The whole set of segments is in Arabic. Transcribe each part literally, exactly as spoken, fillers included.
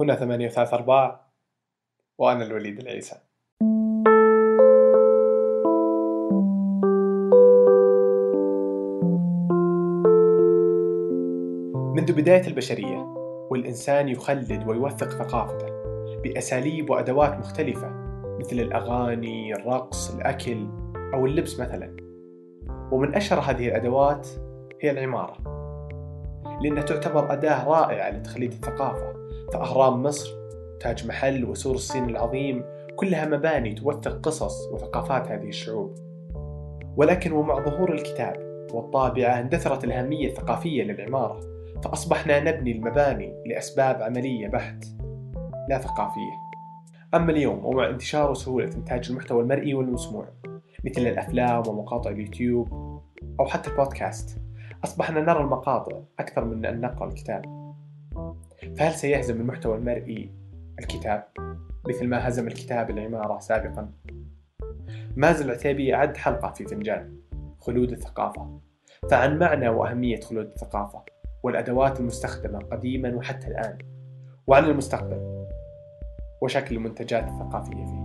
هنا ثمانية وثلاثة أرباع وأنا الوليد العيسى. منذ بداية البشرية والإنسان يخلد ويوثق ثقافته بأساليب وأدوات مختلفة مثل الأغاني، الرقص، الأكل أو اللبس مثلا. ومن أشهر هذه الأدوات هي العمارة، لأنها تعتبر أداة رائعة لتخليد الثقافة. فأهرام مصر، تاج محل، وسور الصين العظيم كلها مباني توثق قصص وثقافات هذه الشعوب. ولكن ومع ظهور الكتاب والطابعة اندثرت الأهمية الثقافية للعمارة، فأصبحنا نبني المباني لأسباب عملية بحت لا ثقافية. أما اليوم ومع انتشار وسهولة إنتاج المحتوى المرئي والمسموع مثل الأفلام ومقاطع اليوتيوب أو حتى البودكاست، أصبحنا نرى المقاطع أكثر من أن نقرأ الكتاب. فهل سيهزم المحتوى المرئي الكتاب مثل ما هزم الكتاب العمارة سابقا؟ مازن العتيبي أعد حلقة في فنجان خلود الثقافة، فعن معنى وأهمية خلود الثقافة والأدوات المستخدمة قديما وحتى الآن، وعن المستقبل وشكل المنتجات الثقافية فيه.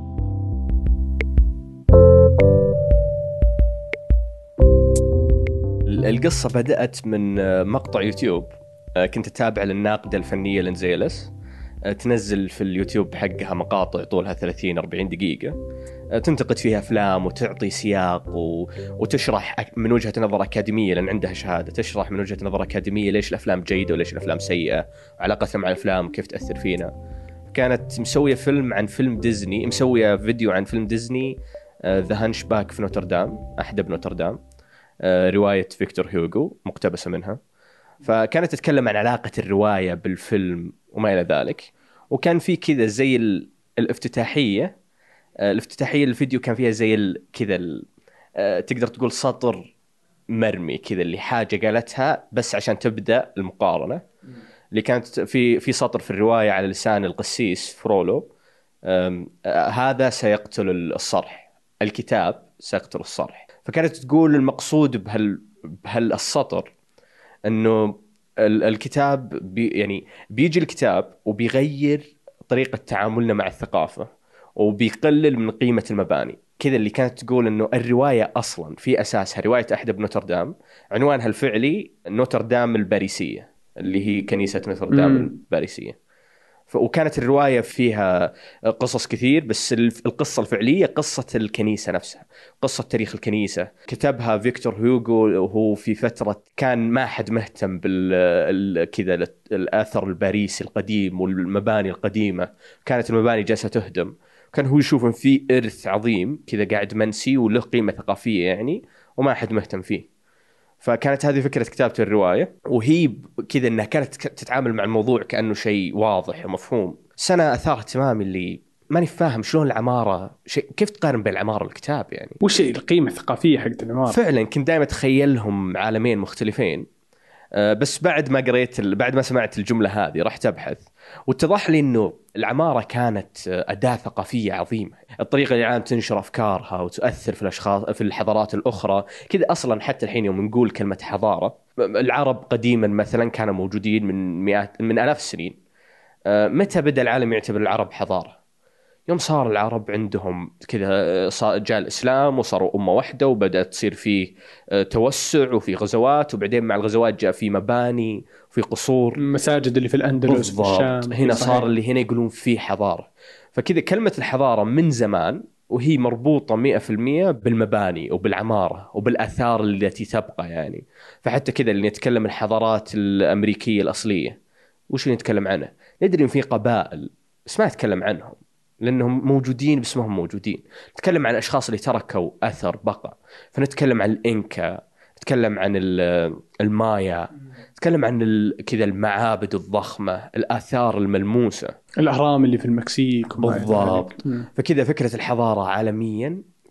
القصة بدأت من مقطع يوتيوب كنت أتابع للناقدة الفنية لنزيلس، تنزل في اليوتيوب حقها مقاطع طولها ثلاثين أربعين دقيقة تنتقد فيها أفلام وتعطي سياق و... وتشرح من وجهة نظر أكاديمية، لأن عندها شهادة تشرح من وجهة نظر أكاديمية ليش الأفلام جيدة وليش الأفلام سيئة، وعلاقتها مع الأفلام كيف تأثر فينا. كانت مسوية فيلم عن فيلم ديزني، مسوية فيديو عن فيلم ديزني ذا هانشباك في نوتردام، أحدب نوتردام، رواية فيكتور هيوغو مقتبسة منها. فكانت تتكلم عن علاقة الرواية بالفيلم وما إلى ذلك. وكان في كذا زي الافتتاحية الافتتاحية الفيديو كان فيها زي كذا تقدر تقول سطر مرمي كذا اللي حاجة قالتها بس عشان تبدأ المقارنة، اللي كانت في في سطر في الرواية على لسان القسيس فرولو، هذا سيقتل الصرح، الكتاب سيقتل الصرح. فكانت تقول المقصود بهال بهالسطر انه الكتاب بي يعني بيجي الكتاب وبيغير طريقة تعاملنا مع الثقافة وبيقلل من قيمة المباني كذا. اللي كانت تقول انه الرواية اصلا في اساسها رواية احدب نوتردام، عنوانها الفعلي نوتردام الباريسية اللي هي كنيسة نوتردام الباريسية. وكانت الرواية فيها قصص كثير، بس القصة الفعلية قصة الكنيسة نفسها، قصة تاريخ الكنيسة. كتبها فيكتور هيوغو وهو في فترة كان ما حد مهتم بال كذا الآثر الباريسي القديم والمباني القديمة، كانت المباني جالسة تهدم. كان هو يشوف إن في إرث عظيم كذا قاعد منسي وله قيمة ثقافية يعني، وما حد مهتم فيه. فكانت هذه فكرة كتابة الرواية، وهي كذا أنها كانت تتعامل مع الموضوع كأنه شيء واضح ومفهوم. سنة أثار اهتمامي اللي ماني فاهم شلون العمارة شيء، كيف تقارن بين العمارة والكتاب يعني، وش القيمة الثقافية حقت العمارة؟ فعلا كنت دائما أتخيلهم عالمين مختلفين. بس بعد ما قريت بعد ما سمعت الجملة هذه رحت أبحث، واتضح لي إنه العمارة كانت أداة ثقافية عظيمة. الطريقة اللي العالم تنشر أفكارها وتؤثر في الأشخاص في الحضارات الأخرى كذا. أصلا حتى الحين يوم نقول كلمة حضارة، العرب قديما مثلا كانوا موجودين من مئات من آلاف السنين. متى بدأ العالم يعتبر العرب حضارة؟ يوم صار العرب عندهم كذا جاء الإسلام وصاروا أمة واحدة وبدأت تصير فيه توسع وفي غزوات، وبعدين مع الغزوات جاء في مباني وفي قصور، مساجد اللي في الأندلس في الشام. هنا صار اللي هنا يقولون فيه حضارة. فكذا كلمة الحضارة من زمان وهي مربوطة مئة في المئة بالمباني وبالعمارة وبالآثار التي تبقى يعني. فحتى كذا اللي نتكلم الحضارات الأمريكية الأصلية وش اللي نتكلم عنه؟ ندري إن في قبائل بس ما نتكلم عنهم لأنهم موجودين بس ما هم موجودين. نتكلم عن أشخاص اللي تركوا أثر بقى. فنتكلم عن الإنكا، نتكلم عن المايا، نتكلم عن كذا المعابد الضخمة، الآثار الملموسة، الأهرام اللي في المكسيك بالضبط. فكذا فكرة الحضارة عالميا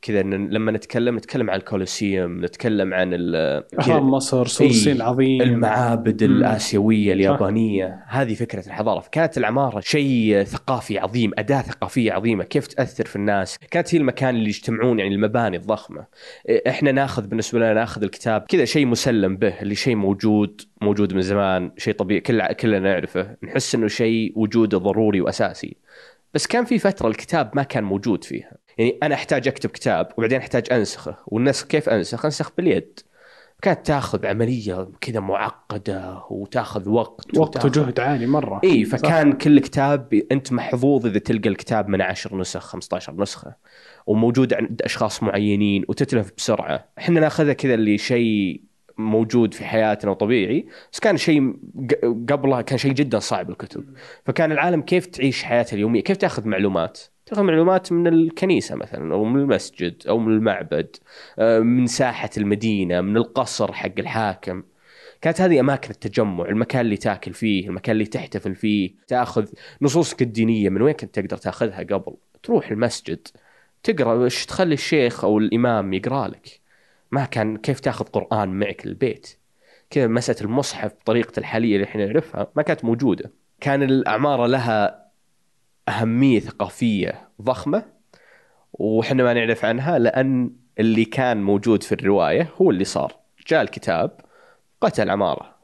كذا لما نتكلم نتكلم عن الكولوسيوم، نتكلم عن أهرام مصر، سور الصين العظيم، المعابد مم. الآسيوية اليابانية. هذه فكرة الحضارة. كانت العمارة شيء ثقافي عظيم، أداة ثقافية عظيمة، كيف تأثر في الناس. كانت هي المكان اللي يجتمعون، يعني المباني الضخمة. إحنا ناخذ بالنسبة لنا ناخذ الكتاب كذا شيء مسلم به، اللي شيء موجود موجود من زمان، شيء طبيعي كل كلنا نعرفه، نحس إنه شيء وجوده ضروري وأساسي. بس كان في فترة الكتاب ما كان موجود فيها. يعني أنا أحتاج أكتب كتاب وبعدين أحتاج أنسخه، والنسخ كيف أنسخ؟ أنسخ باليد. كانت تاخذ عملية كذا معقدة وتاخذ وقت وقت وجهد عالي مرة. إيه، فكان صح. كل كتاب أنت محظوظ إذا تلقى الكتاب من عشر نسخ خمسة عشر نسخة وموجود عند أشخاص معينين وتتلف بسرعة. إحنا ناخذها كذا اللي شيء موجود في حياتنا وطبيعي، بس كان شيء قبلها كان شيء جدا صعب الكتب. فكان العالم كيف تعيش حياتها اليومية، كيف تأخذ معلومات تأخذ معلومات من الكنيسة مثلا، أو من المسجد، أو من المعبد، من ساحة المدينة، من القصر حق الحاكم. كانت هذه أماكن التجمع، المكان اللي تأكل فيه، المكان اللي تحتفل فيه. تأخذ نصوصك الدينية من وين كنت تقدر تأخذها قبل؟ تروح المسجد تقرأ، وش تخلي الشيخ أو الإمام يقرأ لك. ما كان كيف تأخذ قرآن معك البيت كذا. مسألة المصحف بطريقة الحالية اللي احنا نعرفها ما كانت موجودة. كان الأعمار لها أهمية ثقافية ضخمة وإحنا ما نعرف عنها، لأن اللي كان موجود في الرواية هو اللي صار. جاء الكتاب قتل عمارة.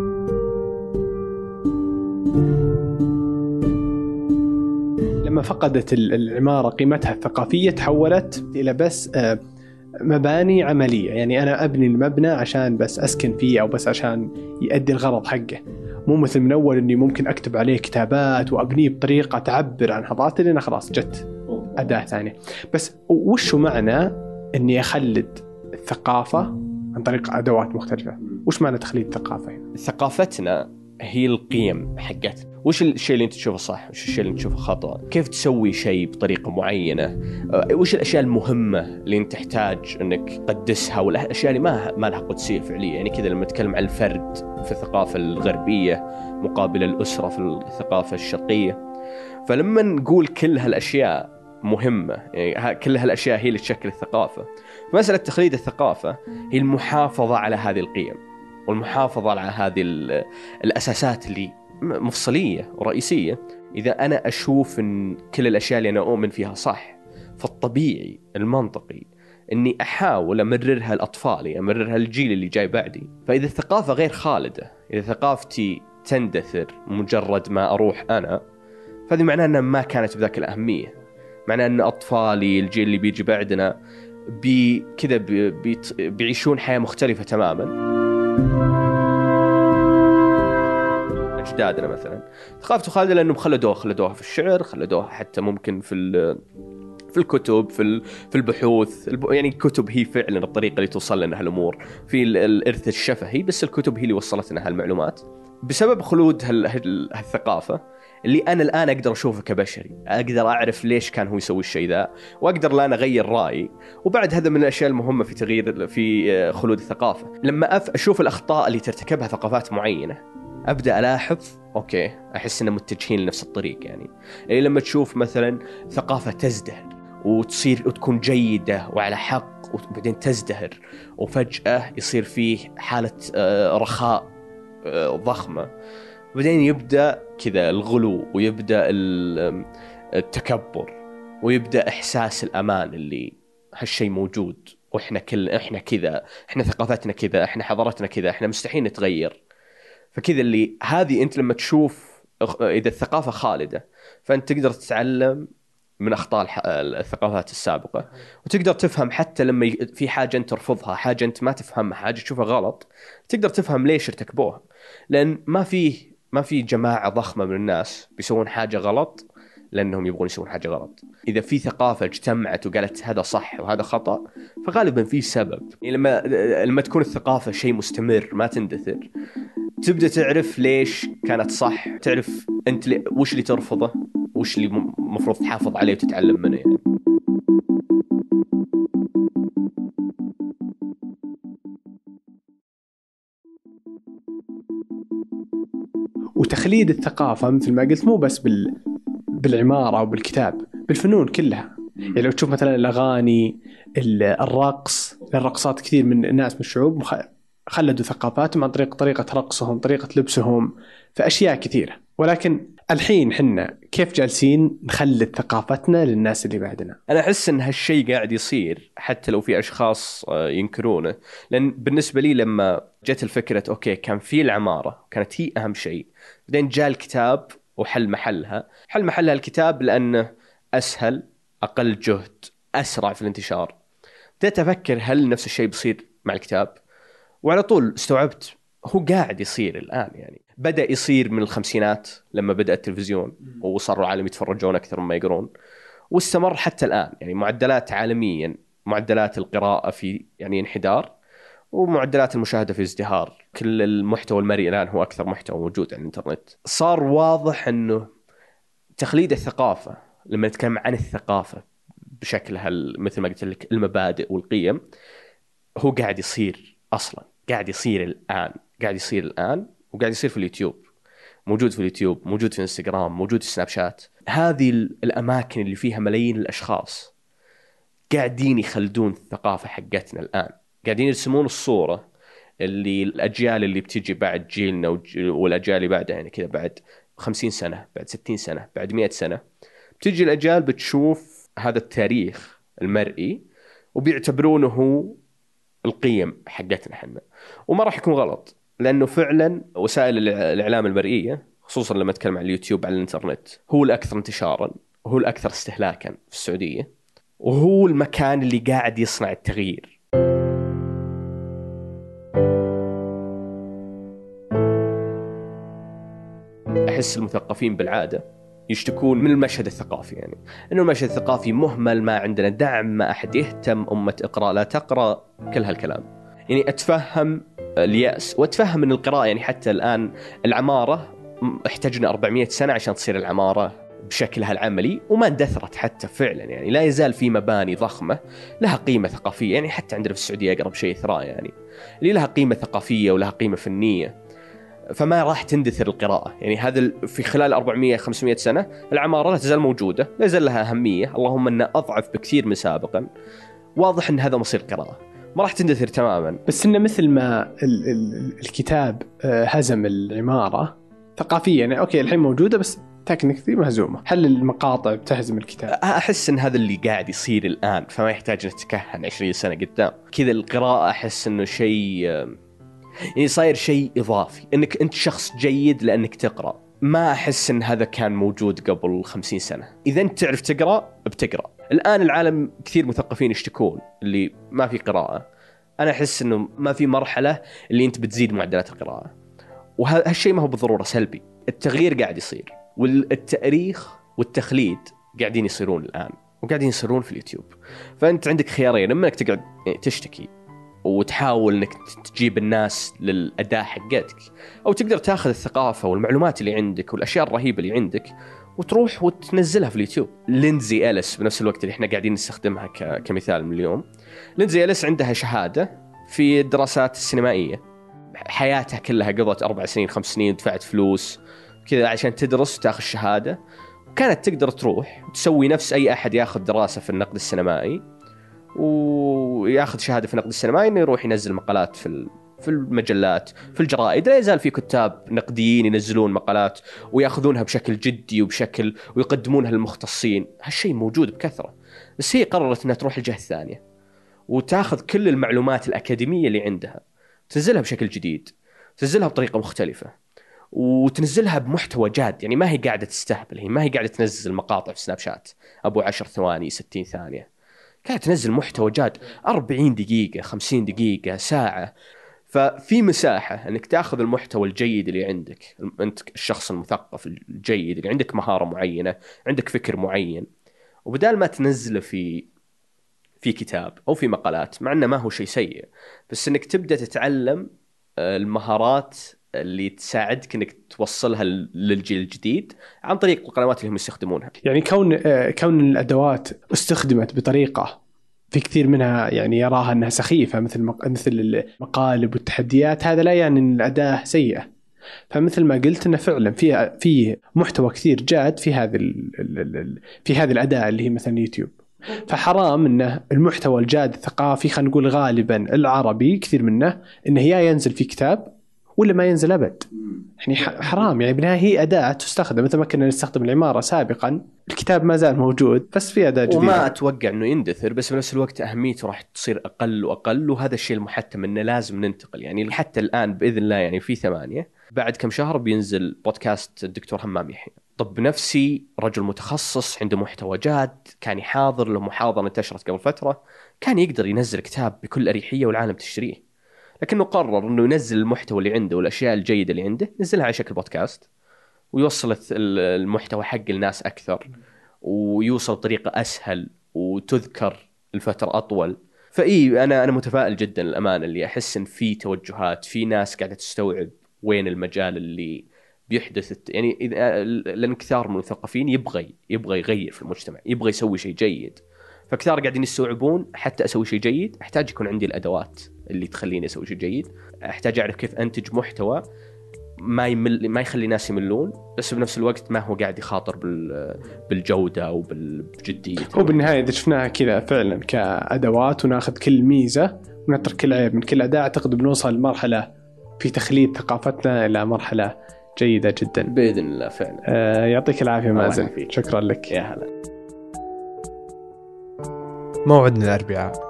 لما فقدت العمارة قيمتها الثقافية تحولت إلى بس مباني عملية. يعني أنا أبني المبنى عشان بس أسكن فيه أو بس عشان يؤدي الغرض حقه، مو مثل من أول أني ممكن أكتب عليه كتابات وأبنيه بطريقة تعبر عن حضارتي، لأن خلاص جت أداة ثانية. بس وش معنى أني أخلد الثقافة عن طريق أدوات مختلفة؟ وش معنى تخليد الثقافة هنا؟ ثقافتنا هي القيم حقتنا. وش الشيء اللي أنت تشوفه صح، وش الشيء اللي أنت تشوفه خطأ، كيف تسوي شيء بطريقة معينة، وش الأشياء المهمة اللي أنت تحتاج أنك تقدسها، والأشياء اللي ما ما لها قدسية فعلية. يعني كذا لما نتكلم عن الفرد في الثقافة الغربية مقابل الأسرة في الثقافة الشرقية، فلما نقول كل هالأشياء مهمة، يعني كل هالأشياء هي اللي تشكل الثقافة. مسألة تخليد الثقافة هي المحافظة على هذه القيم والمحافظة على هذه الأساسات اللي مفصلية ورئيسية. إذا أنا أشوف أن كل الأشياء اللي أنا أؤمن فيها صح، فالطبيعي المنطقي أني أحاول أمررها لأطفالي، أمررها للجيل اللي جاي بعدي. فإذا الثقافة غير خالدة، إذا ثقافتي تندثر مجرد ما أروح أنا، فهذه معناه أنها ما كانت بذاك الأهمية. معناه أن أطفالي الجيل اللي بيجي بعدنا بي كذا بي بيعيشون حياة مختلفة تماماً. أجدادنا مثلا ثقافته خالدة لأنه خلدوها خلدوها في الشعر، خلدوها حتى ممكن في في الكتب، في في البحوث. يعني الكتب هي فعلا الطريقة اللي توصل لنا هالأمور، في الإرث الشفهي، بس الكتب هي اللي وصلت لنا هالمعلومات. بسبب خلود هالثقافة اللي أنا الآن أقدر أشوفه كبشري، أقدر أعرف ليش كان هو يسوي الشيء ذا، وأقدر الآن أغير رأيي. وبعد هذا من الأشياء المهمة في تغيير في خلود الثقافة، لما أشوف الأخطاء اللي ترتكبها ثقافات معينة أبدأ ألاحظ أوكي أحس إنه متجهين لنفس الطريق. يعني إيه لما تشوف مثلا ثقافة تزدهر وتصير وتكون جيدة وعلى حق، وبعدين تزدهر وفجأة يصير فيه حالة رخاء ضخمة، وبعدين يبدأ كذا الغلو ويبدأ التكبر ويبدأ إحساس الأمان اللي هالشيء موجود، وإحنا كل إحنا كذا، إحنا ثقافتنا كذا، إحنا حضارتنا كذا، إحنا مستحيل نتغير. فكذا اللي هذه أنت لما تشوف إذا الثقافة خالدة، فأنت تقدر تتعلم من أخطاء الثقافات السابقة، وتقدر تفهم حتى لما في حاجة أنت ترفضها، حاجة أنت ما تفهمها، حاجة تشوفها غلط، تقدر تفهم ليش ارتكبوها. لأن ما فيه ما في جماعة ضخمة من الناس بيسوون حاجة غلط لأنهم يبغون يسوون حاجة غلط. إذا في ثقافة اجتمعت وقالت هذا صح وهذا خطأ، فغالبا في سبب. يعني لما لما تكون الثقافة شيء مستمر ما تندثر، تبدأ تعرف ليش كانت صح، تعرف أنت لي وش اللي ترفضه وش اللي مفروض تحافظ عليه وتتعلم منه. يعني وتخليد الثقافة مثل ما قلت مو بس بال... بالعمارة وبالكتاب، بالفنون كلها. يعني لو تشوف مثلا الأغاني، الرقص، الرقصات كثير من الناس من الشعوب خلدوا ثقافاتهم عن طريق طريقة رقصهم، طريقة لبسهم، في أشياء كثيرة. ولكن الحين حنا كيف جالسين نخلد ثقافتنا للناس اللي بعدنا؟ أنا أحس أن هالشيء قاعد يصير حتى لو في أشخاص ينكرونه. لأن بالنسبة لي لما جت الفكرة أوكي كان في العمارة كانت هي أهم شيء، بعدين جاء الكتاب وحل محلها حل محلها الكتاب لأنه أسهل، أقل جهد، أسرع في الانتشار. بدأت أفكر هل نفس الشيء بيصير مع الكتاب؟ وعلى طول استوعبت هو قاعد يصير الآن. يعني بدأ يصير من الخمسينات لما بدأ التلفزيون وصاروا العالم يتفرجون أكثر مما يقرون، واستمر حتى الآن. يعني معدلات عالميا، معدلات القراءة في يعني انحدار، ومعدلات المشاهدة في ازدهار. كل المحتوى المرئي الآن هو أكثر محتوى موجود على الإنترنت. صار واضح أنه تخليد الثقافة، لما نتكلم عن الثقافة بشكلها مثل ما قلت لك المبادئ والقيم، هو قاعد يصير أصلا، قاعد يصير الآن، قاعد يصير الآن وقاعد يصير في اليوتيوب، موجود في اليوتيوب، موجود في انستغرام، موجود في سناب شات. هذه الأماكن اللي فيها ملايين الأشخاص قاعدين يخلدون الثقافة حقتنا الآن، قاعدين يرسمون الصورة اللي الأجيال اللي بتيجي بعد جيلنا والأجيال اللي بعدها، يعني كذا بعد خمسين سنة، بعد ستين سنة، بعد مئة سنة، بتيجي الأجيال بتشوف هذا التاريخ المرئي وبيعتبرونه القيم حقتنا حنا. وما راح يكون غلط، لأنه فعلا وسائل الإعلام المرئية خصوصا لما نتكلم عن اليوتيوب على الإنترنت هو الأكثر انتشارا وهو الأكثر استهلاكا في السعودية، وهو المكان اللي قاعد يصنع التغيير. أحس المثقفين بالعادة يشتكون من المشهد الثقافي، يعني إنه المشهد الثقافي مهمل، ما عندنا دعم، ما أحد يهتم، أمة اقرأ لا تقرأ، كل هالكلام. يعني أتفهم اليأس وأتفهم من القراءة. يعني حتى الآن العمارة احتاجنا أربعمائة سنة عشان تصير العمارة بشكلها العملي، وما اندثرت حتى فعلا. يعني لا يزال في مباني ضخمة لها قيمة ثقافية. يعني حتى عندنا في السعودية أقرب شيء ثراء، يعني اللي لها قيمة ثقافية ولها قيمة فنية، فما راح تندثر القراءة. يعني هذا في خلال أربعمائة خمسمائة سنة العمارة لا تزال موجودة، لا يزال لها أهمية، اللهم أنها أضعف بكثير من سابقا. واضح أن هذا مصير القراءة، ما راح تندثر تماما. بس إنه مثل ما ال- ال- الكتاب هزم العمارة ثقافيا، يعني أوكي الحين موجودة بس تكنيكلي مهزومة، هل المقاطع بتهزم الكتاب؟ أحس أن هذا اللي قاعد يصير الآن، فما يحتاج نتكهن عشرين سنة قدام كذا. القراءة أحس أنه شيء يعني صاير شيء إضافي، أنك أنت شخص جيد لأنك تقرأ. ما أحس أن هذا كان موجود قبل خمسين سنة. إذا أنت تعرف تقرأ بتقرأ. الآن العالم كثير مثقفين يشتكون اللي ما في قراءة. أنا أحس أنه ما في مرحلة اللي أنت بتزيد معدلات القراءة، وهالشيء ما هو بالضرورة سلبي. التغيير قاعد يصير، والتاريخ والتخليد قاعدين يصيرون الآن، وقاعدين يصيرون في اليوتيوب. فأنت عندك خيارين، إما أنك تقعد تشتكي وتحاول انك تجيب الناس للأداء حقتك، او تقدر تاخذ الثقافة والمعلومات اللي عندك والاشياء الرهيبة اللي عندك وتروح وتنزلها في اليوتيوب. ليندزي إليس بنفس الوقت اللي احنا قاعدين نستخدمها ك... كمثال من اليوم، ليندزي إليس عندها شهادة في الدراسات السينمائية، حياتها كلها قضت أربع سنين خمس سنين دفعت فلوس كذا عشان تدرس وتاخذ شهادة، وكانت تقدر تروح وتسوي نفس أي أحد ياخذ دراسة في النقد السينمائي وياخذ شهادة في النقد السينمائي، إنه يروح ينزل مقالات في في المجلات في الجرائد. لا يزال في كتاب نقديين ينزلون مقالات وياخذونها بشكل جدي وبشكل ويقدمونها للمختصين. هالشيء موجود بكثرة، بس هي قررت أنها تروح الجهة الثانية وتاخذ كل المعلومات الأكاديمية اللي عندها تنزلها بشكل جديد، تنزلها بطريقة مختلفة وتنزلها بمحتوى جاد. يعني ما هي قاعدة تستهبل، هي ما هي قاعدة تنزل مقاطع في سناب شات أبو عشر ثواني ستين ثانية، قاعدة تنزل محتوى جاد أربعين دقيقة خمسين دقيقة ساعة. ففي مساحة أنك تأخذ المحتوى الجيد اللي عندك، أنت الشخص المثقف الجيد اللي عندك مهارة معينة، عندك فكر معين، وبدال ما تنزله في في كتاب أو في مقالات، مع أنه ما هو شيء سيء، بس أنك تبدأ تتعلم المهارات اللي تساعدك أنك توصلها للجيل الجديد عن طريق القنوات اللي هم يستخدمونها. يعني كون كون الأدوات استخدمت بطريقة في كثير منها يعني يراها أنها سخيفة، مثل مثل المقالب والتحديات، هذا لا يعني أن الأداة سيئة. فمثل ما قلت أنه فعلا في في محتوى كثير جاد في هذه في هذه الأداة اللي هي مثلا يوتيوب. فحرام انه المحتوى الجاد الثقافي، خلينا نقول غالبا العربي كثير منه، انه يا ينزل في كتاب ولا ما ينزل ابد. يعني حرام، يعني بالنهايه هي اداه تستخدم مثل ما كنا نستخدم العماره سابقا، الكتاب ما زال موجود بس في اداه جديده. وما اتوقع انه يندثر، بس بنفس الوقت اهميته راح تصير اقل واقل، وهذا الشيء المحتم انه لازم ننتقل. يعني حتى الان باذن الله يعني في ثمانية بعد كم شهر بينزل بودكاست الدكتور همام يحيى، طب نفسي، رجل متخصص عنده محتوى جاد، كان يحاضر له محاضرة انتشرت قبل فترة، كان يقدر ينزل كتاب بكل أريحية والعالم تشتريه، لكنه قرر أنه ينزل المحتوى اللي عنده والأشياء الجيدة اللي عنده ينزلها على شكل بودكاست، ويوصل المحتوى حق الناس أكثر، ويوصل بطريقة أسهل وتذكر الفترة أطول. فإيه أنا أنا متفائل جدا الأمانة، اللي أحس إن في توجهات، في ناس قاعدة تستوعب وين المجال اللي بيحدث الت... يعني إذا لأن كثار من المثقفين يبغى يبغى يغير في المجتمع، يبغى يسوي شيء جيد، فكثار قاعدين يستوعبون حتى أسوي شيء جيد أحتاج يكون عندي الأدوات اللي تخليني أسوي شيء جيد، أحتاج أعرف كيف أنتج محتوى ما يمل، ما يخلي ناس يملون، بس بنفس الوقت ما هو قاعد يخاطر بال... بالجودة أو بالجدية. هو بالنهاية إذا شفناها كذا فعلا كأدوات وناخذ كل ميزة ونترك كل عيب من كل أداة، أعتقد بنوصل لمرحلة في تخليد ثقافتنا إلى مرحلة جيدة جدا بإذن الله فعلا. آه يعطيك العافية مازن، شكرا لك. يا هلا. موعدنا الأربعاء